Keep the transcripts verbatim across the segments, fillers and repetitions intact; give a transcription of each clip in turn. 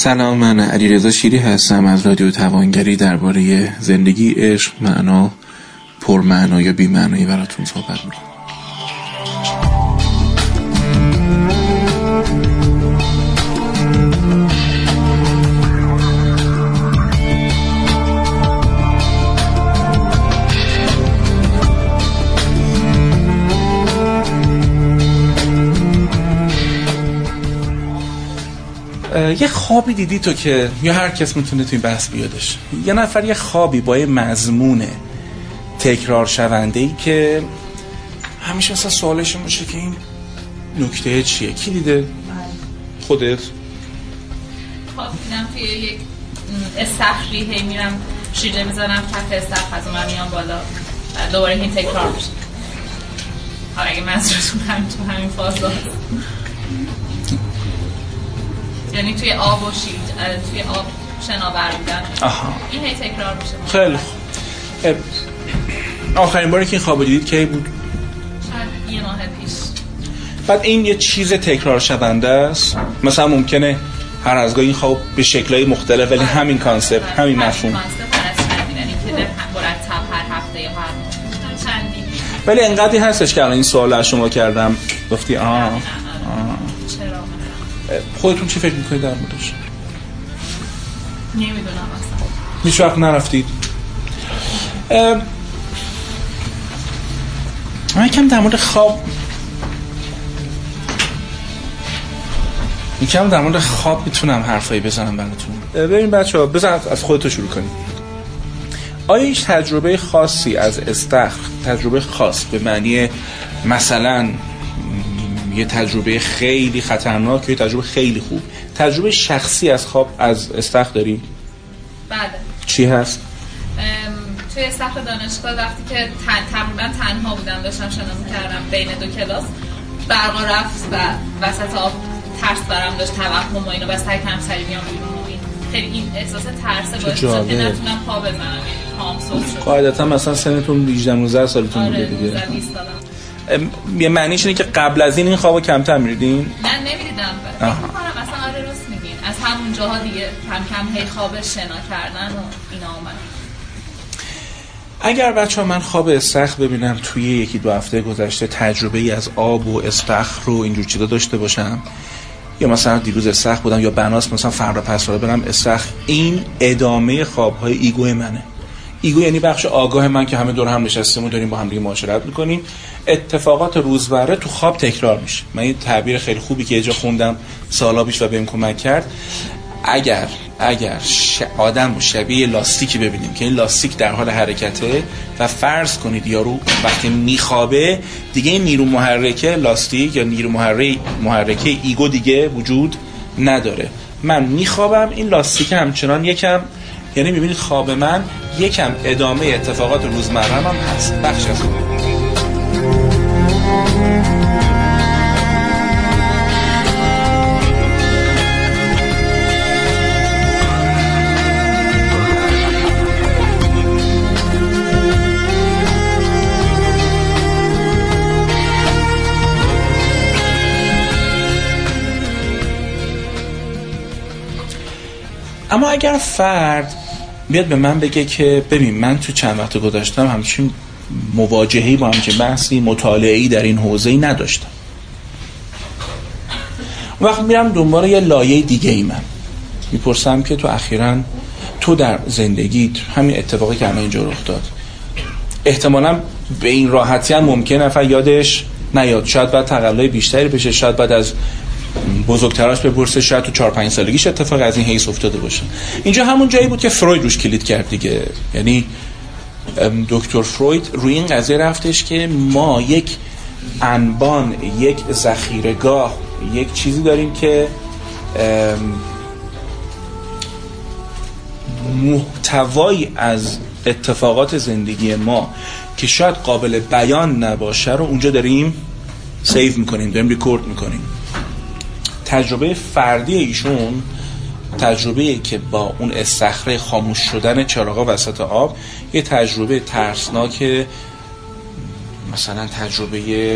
سلام، من علیرضا شیری هستم از رادیو توانگری. درباره زندگی، عشق، معنا، پرمعنا یا بی‌معنایی براتون صحبت می‌کنم. یه خوابی دیدی تو که یا هر کس میتونه توی بحث بیادش، یه نفر یه خوابی با یه مضمون تکرار شونده‌ای که همیشه اصلا سوالش میشه که این نکته چیه؟ کی دیده؟ خودت؟ خواب دیدم توی یک استخری هی میرم شیرجه میزنم کف استخر، از اون میام بالا و دوباره این تکرار میشه. حالا اگه منظورتون همین تو همین فاز یعنی توی آب و شید توی آب شناور بودن. آها. این هی تکرار میشه. خیلی خوب. آخرین باری که این خواب دیدید کی بود؟ شاید یه ماه پیش. بعد این یه چیز تکرار شونده است؟ مثلا ممکنه هر از گاهی این خواب به شکل‌های مختلف ولی همین کانسپت، همین مفهوم. کانسپت هست چندین، یعنی که مرتب هر هفته یا هر ماه چندین. ولی انقدری هستش که الان این سوال از شما کردم گفتی آه. آه. خودتون چی فکر میکنید در موردش؟ نمیدونم اصلا. هیچ وقت نرفتید؟ من یکم در مورد خواب یکم در مورد خواب میتونم حرفایی بزنم براتون. ببین بچه‌ها، بزن از خودتو شروع کنیم. آیا هیچ تجربه خاصی از استخر، تجربه خاص به معنی مثلا یه تجربه خیلی خطرناک یا تجربه خیلی خوب، تجربه شخصی از خواب از استخر داری؟ بله. چی هست؟ توی استخر دانشگاه وقتی که تن... تقریبا تنها بودم داشتم شنا می‌کردم بین دو کلاس، برق رفت و وسط آب ترس برام داشت، توهم و اینو بس سعی کردم سری بیام بیرون و این خیلی این احساس ترس باعث شد که نتونم پا بزنم، پام سوس شد. قاعدتا مثلا سنتون هجده نوزده سالتون بوده دیگه. آره بیست سالم. یه معنیش اینه که قبل از این این خوابو کمتر می‌دیدین؟ نه نمی‌دیدم. فکر می‌کنم مثلا آره راست میگین، از همون جاها دیگه کم کم هی خواب شنا کردن و اینا اومد. اگر بچه‌ها من خواب استخر ببینم توی یکی دو هفته گذشته تجربه‌ای از آب و استخر رو اینجور چیزا داشته باشم، یا مثلا دیروز استخر بودم یا بناس مثلا فردا پس فردا برم استخر، این ادامه خواب‌های ایگو منه. ایگو یعنی بخش آگاه من که همه دور هم نشستیم و داریم با هم دیگه معاشرت می‌کنیم. اتفاقات روزمره تو خواب تکرار میشه. من این تعبیر خیلی خوبی که یه جا خوندم سالا پیش و بهم کمک کرد، اگر اگر ش... آدم شبیه لاستیکی ببینیم که این لاستیک در حال حرکته و فرض کنید یارو وقتی میخوابه دیگه این نیرو محرکه لاستیک یا نیرو محرکه محرکه ایگو دیگه وجود نداره. من میخوابم، این لاستیک همچنان یکم، یعنی میبینید خواب من یکم ادامه اتفاقات روزمره هم هست، بخش از اون. اما اگر فرد بیاد به من بگه که ببین من تو چند وقت گذاشتم همچین مواجهه‌ای با همچین بحثی مطالعه‌ای در این حوزه‌ای نداشتم، وقت میرم دنبال یه لایه دیگه ای، من میپرسم که تو اخیراً تو در زندگیت همین اتفاقی که الان اینجا رخ داد احتمالاً به این راحتی هم ممکنه نفر یادش نیاد، شاید بعد تقلای بیشتری بشه، شاید بعد از بزرگتراش بپرسه، شاید تو چهار پنج سالگیش اتفاق از این حیث افتاده باشه. اینجا همون جایی بود که فروید روش کلید کرد دیگه، یعنی دکتر فروید روی این قضیه رفتش که ما یک انبان، یک ذخیره‌گاه، یک چیزی داریم که محتوایی از اتفاقات زندگی ما که شاید قابل بیان نباشه رو اونجا داریم سیو میکنیم، داریم ریکورد میکنیم. تجربه فردی ایشون تجربه‌ای که با اون استخره خاموش شدن چراغا وسط آب، یه تجربه ترسناک، مثلا تجربه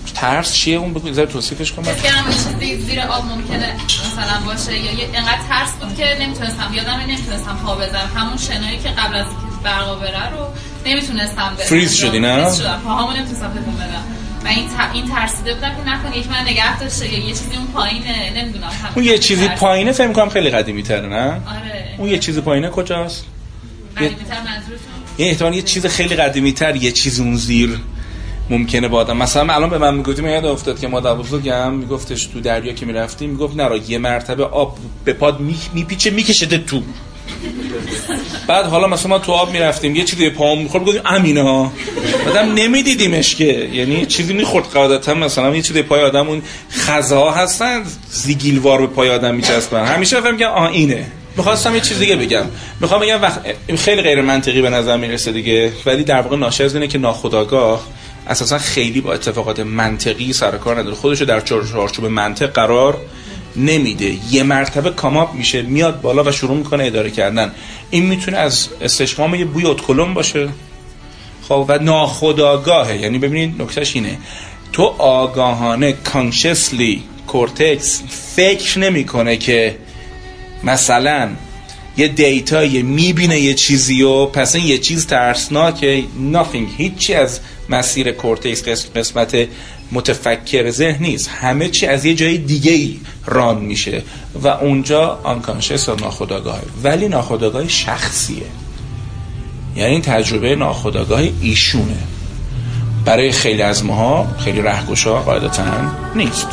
ترس چیه اون بگو، ذره توصیفش کن. فکر کنم چیزی زیر آب ممکنه مثلا باشه یا اینقدر ترس بود که نمیتونستم یادم نمیتونستم پا بزنم، همون شنایی که قبل از اینکه برقا بره رو نمیتونستم بزنم. فریز شدی نه؟ فریز شدم، پاهامو نمیتونستم تکون بدم. و این ت... این ترسیده بودم که نکنه یک من نگه داشته یا یه چیزی اون پایینه، نمیدونم. اون یه چیزی پایینه فکر می‌کنم خیلی قدیمی تره نه؟ آره. اون یه چیزی پایینه کجاست؟ قدیمی تر منظورتون؟ یه احتمال یه چیز خیلی قدیمی تر یه چیز اون زیر ممکنه با آدم. مثلا الان به من میگفتی من یاد افتاد که مادر بزرگم میگفتش تو دریا که میرفتیم میگفت نرا یه مرتبه آب به پاد میپیچه میکشده تو. بعد حالا مثلا ما تو آب میرفتیم یه چیزی به پام میخورد میگفتیم امینه ها، آدم نمیدیدیمش که یعنی چیزی میخورد قاعدتا مثلا یه چیزی پای آدم اون خزه‌ها هستن زیگیلوار به پای آدم میچسبن، همیشه فهم میگم آ اینه. میخواستم یه چیز دیگه بگم، میخوام بگم وقت خیلی غیر منطقی به نظر میرسه دیگه، ولی در واقع ناشی از اینه که ناخودآگاه اساسا خیلی با اتفاقات منطقی سر کار نداره، خودشو در چارچوب منطق قرار نمیده، یه مرتبه کاماپ میشه میاد بالا و شروع میکنه اداره کردن. این میتونه از استشمام یه بوی اتکلم باشه خب و ناخودآگاهه. یعنی ببینید نکتهش اینه تو آگاهانه کانشسلی کورتکس فکر نمیکنه که مثلا یه دیتایی میبینه یه چیزی و پس این یه چیز ترسناکه، nothing، هیچی از مسیر کورتکس قسمت متفکر ذهن نیست، همه چی از یه جای دیگه ای ران میشه و اونجا آنکانشس و ناخودآگاهه، ولی ناخودآگاه شخصیه، یعنی این تجربه ناخودآگاه ایشونه، برای خیلی از ماها خیلی رهگشا قاعدتاً نیست.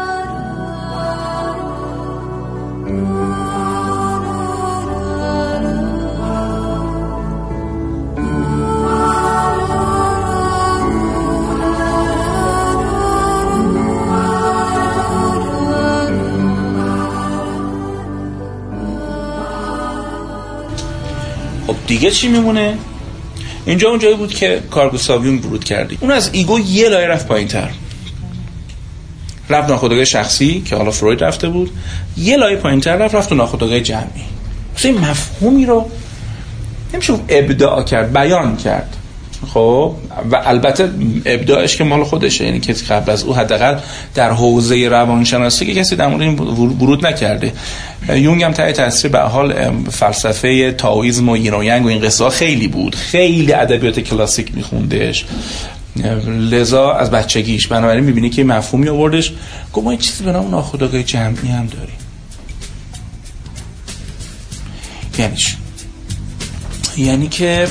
دیگه چی میمونه؟ اینجا اون جایی بود که کارل گوستاو یونگ ورود کردی. اون از ایگو یه لایه رفت پایین‌تر. رفت ناخودآگاه شخصی که حالا فروید رفته بود، یه لایه پایین‌تر رفت رفت ناخودآگاه جمعی. مثلا این مفهومی رو نمیشه ابداع کرد، بیان کرد. خب و البته ابداعش که مال خودشه، یعنی کسی قبل از او حداقل در حوزه روانشناسی که کسی در مورد این ورود نکرده. یونگ هم تحت تاثیر به حال فلسفه تائویسم و یین و یانگ و این قصه خیلی بود، خیلی ادبیات کلاسیک میخوندش، لذا از بچگیش بنابراین میبینی که مفهومی آوردش، گفت ما این چیزی به نام ناخودآگاه جمعی هم داریم. یعنی چی؟ یعنی که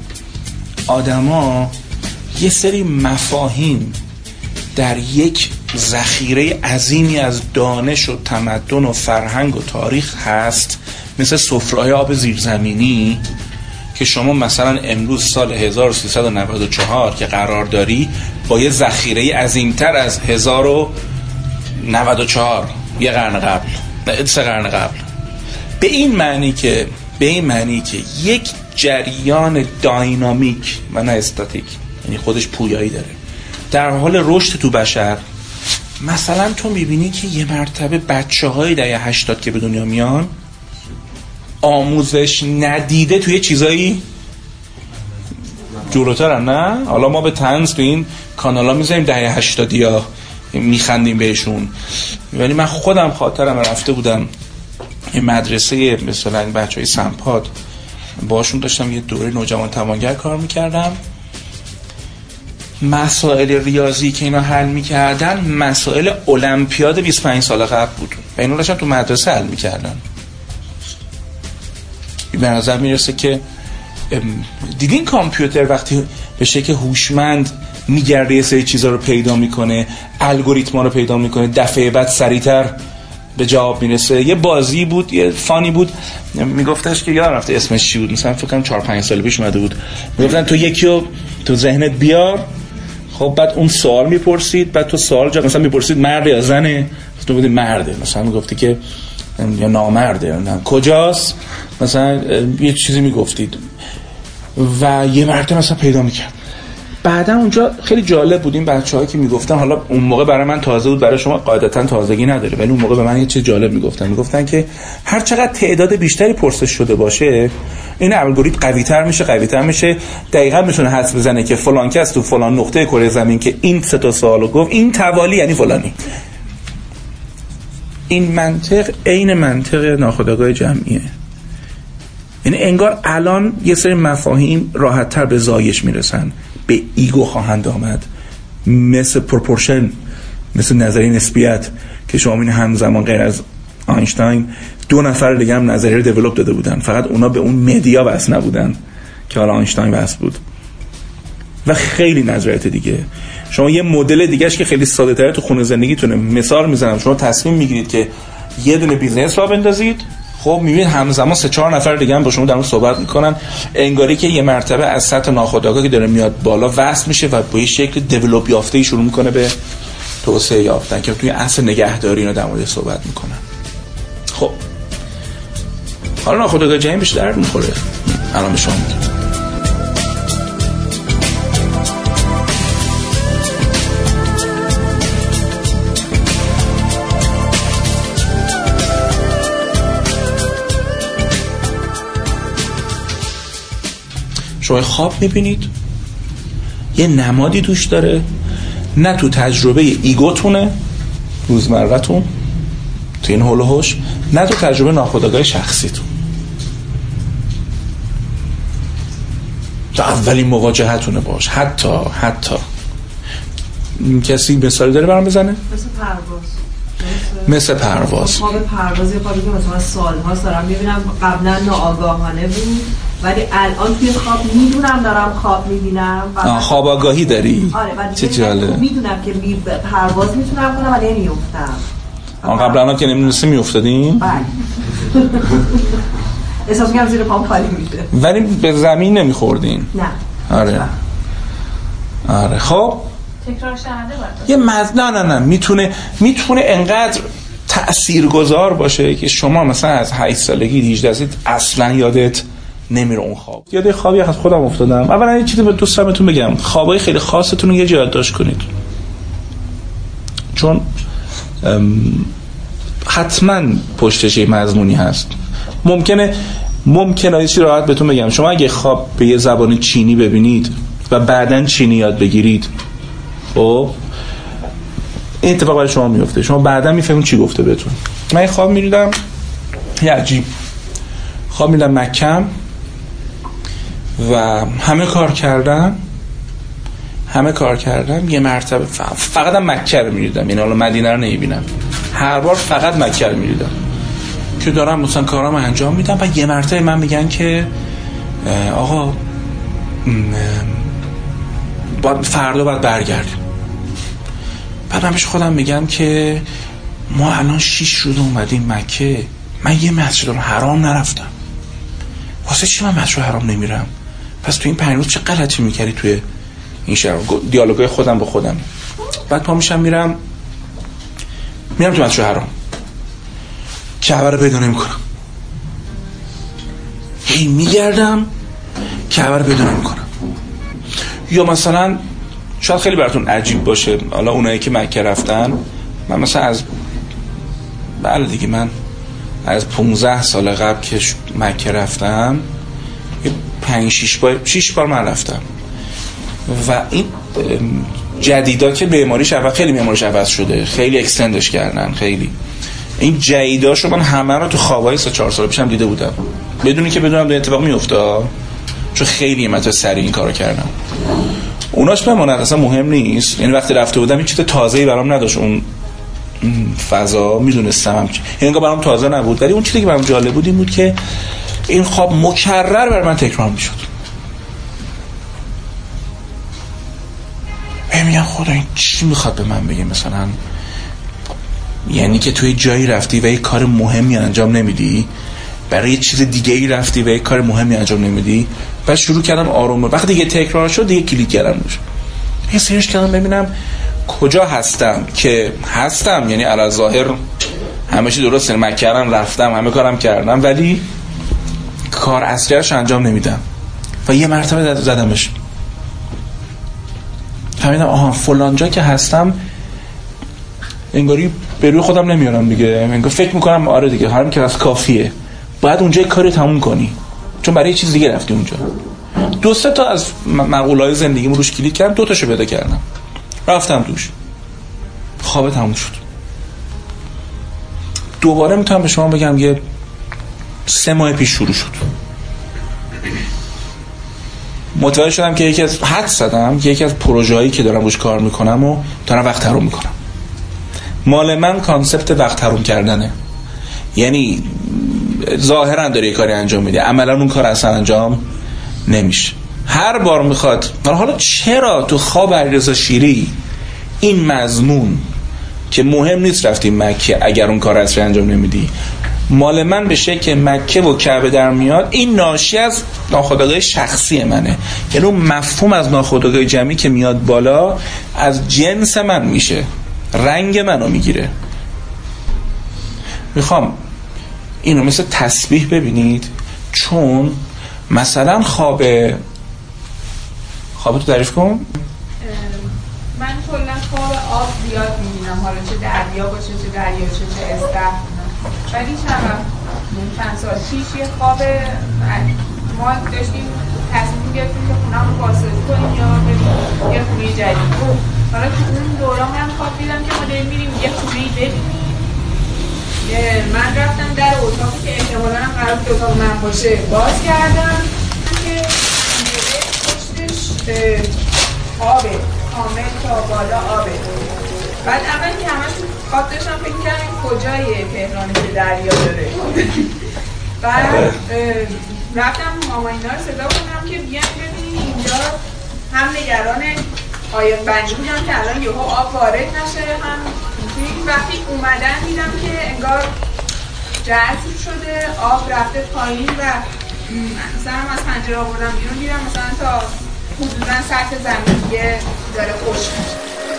آدما یه سری مفاهیم در یک ذخیره عظیمی از دانش و تمدن و فرهنگ و تاریخ هست، مثل سفره‌های آب زیرزمینی که شما مثلا امروز سال هزار و سیصد و نود و چهار که قرار داری با یه ذخیره عظیم‌تر از هزار و نود و چهار یه قرن قبل، سه قرن قبل، به این معنی که به این معنی که یک جریان داینامیک و نه استاتیک، یعنی خودش پویایی داره، در حال رشد تو بشر. مثلا تو میبینی که یه مرتبه بچه های دهه هشتاد که به دنیا میان آموزش ندیده توی چیزایی جلوترن، نه؟ حالا ما به طنز تو این کانالا میذاریم دهه هشتادی ها میخندیم بهشون، ولی من خودم خاطرم رفته بودم این مدرسه مثلا بچه های سمپاد باشون داشتم یه دوره نوجوان توانگر کار میکردم، مسائل ریاضی که اینا حل میکردن مسائل المپیاد بیست و پنج سال قبل بود و اینا داشتن تو مدرسه حل میکردن. به نظر میرسه که دیدین کامپیوتر وقتی به شکل هوشمند میگرده یه سری چیزا رو پیدا میکنه، الگوریتما رو پیدا میکنه، دفعه بعد سریعتر به جواب میرسه. یه بازی بود، یه فانی بود، میگفتش که یاد رفته اسمش چی بود، مثلا فکر کنم چهار پنج سال پیش اومده بود، میگفتن تو یکی رو تو ذهنت بیار، خب بعد اون سوال میپرسید، بعد تو سوال جا مثلا میپرسید مرد یا زنه، تو بودی مرده، مثلا میگفتی که یا نامرده یا نه کجاست، مثلا یه چیزی میگفتید و یه مرد مثلا پیدا میکرد، بعدا اونجا خیلی جالب بود این بچه‌ها که میگفتن، حالا اون موقع برای من تازه بود، برای شما قاعدتا تازگی نداره، ولی اون موقع به من یه چیز جالب میگفتن میگفتن که هر چقدر تعداد بیشتری پرسش شده باشه این الگوریتم قوی‌تر میشه قوی‌تر میشه دقیقاً میتونه حدس بزنه که فلان کس تو فلان نقطه کره زمین که این سه تا سوالو گفت این توالی یعنی فلانی. این منطق عین منطق ناخودآگاه جمعیه. یعنی انگار الان یه سری مفاهیم راحت‌تر به زایش میرسن، به ایگو خواهند آمد، مثل پروپورشن، مثل نظریه نسبیت که شما این همزمان غیر از آینشتاین دو نفر دیگه هم نظریه رو دیولپ داده بودن، فقط اونا به اون مدیا وصل نبودن که حالا آینشتاین وصل بود. و خیلی نظریات دیگه. شما یه مدل دیگهش که خیلی ساده تره تو خونه زندگیتونه، مثال میزنم، شما تصمیم میگیرید که یه دونه بیزنس را بندازید، خب میبینید همزمان سه چهار نفر دیگه هم با شما در اون صحبت میکنن، انگاری که یه مرتبه از سطح ناخودآگاه که داره میاد بالا وصل میشه و با یه شکل دیولپ یافته‌ای شروع میکنه به توسعه یافتن که توی اصل نگهداری اینا در مورد صحبت میکنن. خب حالا ناخودآگاه جمعی بهش درد میخوره. الان به شما میگم شما خواب میبینید یه نمادی توش داره، نه تو تجربه ایگوتونه روزمره‌تون تو این حول و حوش، نه تو تجربه ناخودآگاه شخصیتون. تا اولین مواجهتونه باش. حتی حتی کسی مثالی داره برام بزنه؟ مثل پرواز. مثل پرواز. خواب پرواز یه خوابی که مثلا سال‌هاست دارم میبینم، قبلا ناآگاهانه بود ولی الان توی خواب میدونم دارم خواب میبینم. خواب آگاهی داری؟ آره ولی چه جالب. میدونم که می پرواز میتونم کنم ولی نمیافتم. آن قبلا که نمیدونستی میافتادیم؟ بله. احساس میکنم زیر پام خالی میشه. ولی به زمین نمیخوردین؟ نه. آره. آره خب تکرار شنده باید یه مز... نه نه نه میتونه میتونه انقدر تاثیرگذار باشه که شما مثلا از هشت سالگی هجده سالگی اصلا یادت نمیره اون خواب. یاد خوابی از خودم افتادم. اولا یه چیزی به دوستام بهتون بگم، خوابای خیلی خاصتون رو یه جا یادداشت کنید، چون حتما پشتش یه مضمونی هست. ممکنه ممکنه یه چیزی راحت بهتون بگم، شما اگه خواب به یه زبان چینی ببینید و بعداً چینی یاد بگیرید، خب این اتفاق برای شما میفته، شما بعداً میفهمید چی گفته بهتون. من یه خواب می‌دیدم، یه عجیب خواب می‌دیدم مکه‌ام و همه کار کردم همه کار کردم یه مرتبه فقط هم مکه رو می‌دیدم، یعنی حالا مدینه رو نمی‌بینم، هر بار فقط مکه رو می‌دیدم که دارم مثلا کارامو انجام میدم و یه مرتبه من میگن که آقا باید فردا باید برگردیم. بعد من پیش خودم میگم که ما الان شیش روز اومدیم مکه، من یه مسجد الحرام نرفتم، واسه چی من مسجد الحرام نمیرم؟ پس تو این پنج روز چه غلطی میکردی توی این شهر؟ دیالوگای خودم با خودم. بعد پا میشم میرم میرم تو مسجد الحرام، کعبه رو پیدا نمیکنم، هی میگردم کعبه رو پیدا نمیکنم. یا مثلا شاید خیلی براتون عجیب باشه، حالا اونایی که مکه رفتن، من مثلا از بله دیگه من از پونزده سال قبل که مکه رفتم یه پنج شیش بار شیش بار من رفتم و این جدیدا که معماریش اول خیلی معماریش عوض شده، خیلی اکستندش کردن، خیلی این جدیداشو من همه رو تو خوابای سه چهار سال پیشم دیده بودم بدونی که بدونم دو اتفاق میفته، چون خیلی متو سریع این کارو کردم. اوناش بماند اصلا مهم نیست، یعنی وقتی رفته بودم این چیز تازه‌ای برام نداشت، اون فضا میدونستم هم، یعنی برام تازه نبود، ولی اون چیزی که برام جالب بود این بود که این خواب مکرر بر من تکرار میشد. میگم خدا این چی میخواد به من بگه؟ مثلا یعنی که توی جایی رفتی و یک کار مهمی انجام نمیدی، برای یه چیز دیگه ای رفتی و یک کار مهمی انجام نمیدی. بعد شروع کردم آروم، وقتی دیگه تکرار شد دیگه کلیک کردم روش، یه سرچ کردم ببینم کجا هستم که هستم، یعنی علی ظاهر همه چی درسته، مکه رفتم، همه کارم کردم، ولی کار اصلیش انجام نمیدم. و یه مرتبه زدمش فهمیدم آها فلان جا که هستم انگاری به روی خودم نمیارم دیگه، انگار فکر میکنم آره دیگه هرم که از کافیه، باید اونجا یک کاری تموم کنی چون برای چیز دیگه رفتی اونجا. دو سه تا از مقوله‌های زندگیمو روش کلیک کردم، دو تاشو پیدا کردم، رفتم دوش، خواب تموم شد. دوباره میتونم به شما بگم یه سه ماه پیش شروع شد. متوجه شدم که یکی از حد زدم که یکی از پروژه‌هایی که دارم روش کار میکنم و دارم وقت حروم میکنم. مال من کانسپت وقت حروم کردنه، یعنی ظاهرا داره یه کاری انجام میده، عملا اون کار اصلا انجام نمیشه. هر بار میخواد حالا چرا تو خواب علیرضا شیری این مضمون که مهم نیست رفتی مکه اگر اون کار اصلا انجام نمیدی، مال من بشه که مکه و کعبه در میاد، این ناشی از ناخودآگاه شخصی منه، یعنی اون مفهوم از ناخودآگاه جمعی که میاد بالا از جنس من میشه، رنگ منو میگیره. میخوام اینو مثل تسبیح ببینید، چون مثلا خواب خواب تو تعریف کن. من کلا خواب آب زیاد میبینم، حالا چه دریا باشه چه دریا چه چه استخر، ولی چند چند سال پیش یه خواب ما داشتیم تصمیم گرفتیم که خونم رو بازسازی کنیم یا بریم یه خونه جدید. حالا تو اون دوران من خواب دیدم که ما داریم میریم یه خونه‌ای ببینیم. من رفتم در اتاقی که احتمالاً هم قرار بود اتاق من باشه باز کردم که پشتش آبه، کامل تا بالا آبه. بعد اول که همش خواب داشتم فکر کردم کجایه تهرانی که دریا داره. بعد رفتم ماما اینا رو صدا کنم که بیان ببینیم اینجا، هم نگران آیه بندی بودم که الان یهو آب وارد نشه، هم وقتی اومدن دیدم که انگار جذب شده، آب رفته پایین و مثلا از پنجره آوردم بیرون دیدم مثلا تا حدوداً سطح زمین دیگه داره خشک میشه.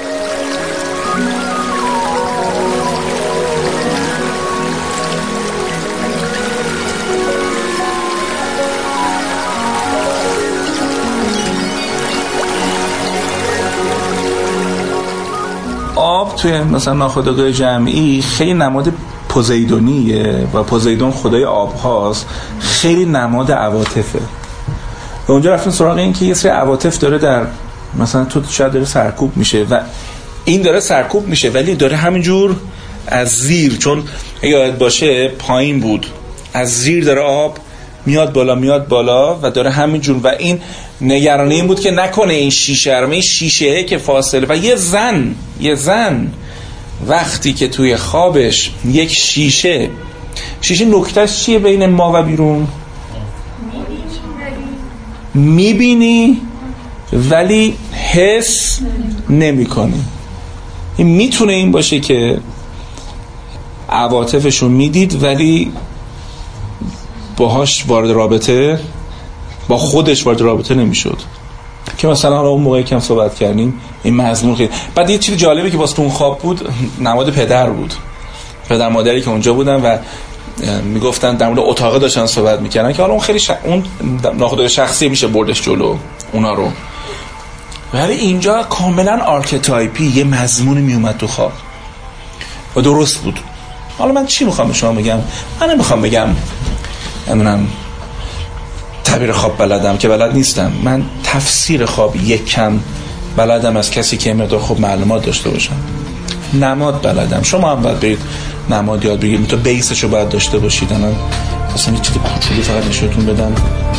آب توی مثلا ناخودآگاه جمعی خیلی نماد پوزیدونیه و پوزیدون خدای آب هاست، خیلی نماد عواطفه و اونجا رفتن سراغ این که یه سری عواطف داره در مثلا تو شاید داره سرکوب میشه و این داره سرکوب میشه ولی داره همینجور از زیر، چون یاد باشه پایین بود، از زیر داره آب میاد بالا میاد بالا و داره همینجور و این نگرانی این بود که نکنه این شیشه رو، این شیشه که فاصله و یه زن یه زن وقتی که توی خوابش یک شیشه شیشه نکتهش چیه بین ما و بیرون؟ میبینی ولی حس نمی کنی. این میتونه این باشه که عواطفشو میدید ولی باهاش وارد رابطه با خودش وارد رابطه نمیشد، که مثلا اون موقعی که هم صحبت کردیم این مضمون خیلی. بعد یه چیز جالبی که واسه اون خواب بود نماد پدر بود، پدر مادری که اونجا بودن و میگفتن در مورد اتاق داشتن صحبت میکردن که حالا اون خیلی ش... اون ناخودآگاه شخصی میشه بردش جلو اونا رو، ولی اینجا کاملا آرکتایپی یه مضمونی میومد تو خواب و درست بود. حالا من چی میخوام به شما بگم؟ من نمیخوام بگم نمیدونم تعبیر خواب بلدم، که بلد نیستم. من تفسیر خواب یک کم بلدم از کسی که مقدار خوب معلومات داشته باشم. نماد بلدم، شما هم باید برید نماد یاد بگیرید، تو بیسشو باید داشته باشید. الان اصلا یه چیز کوچولی فقط نشونتون بدم.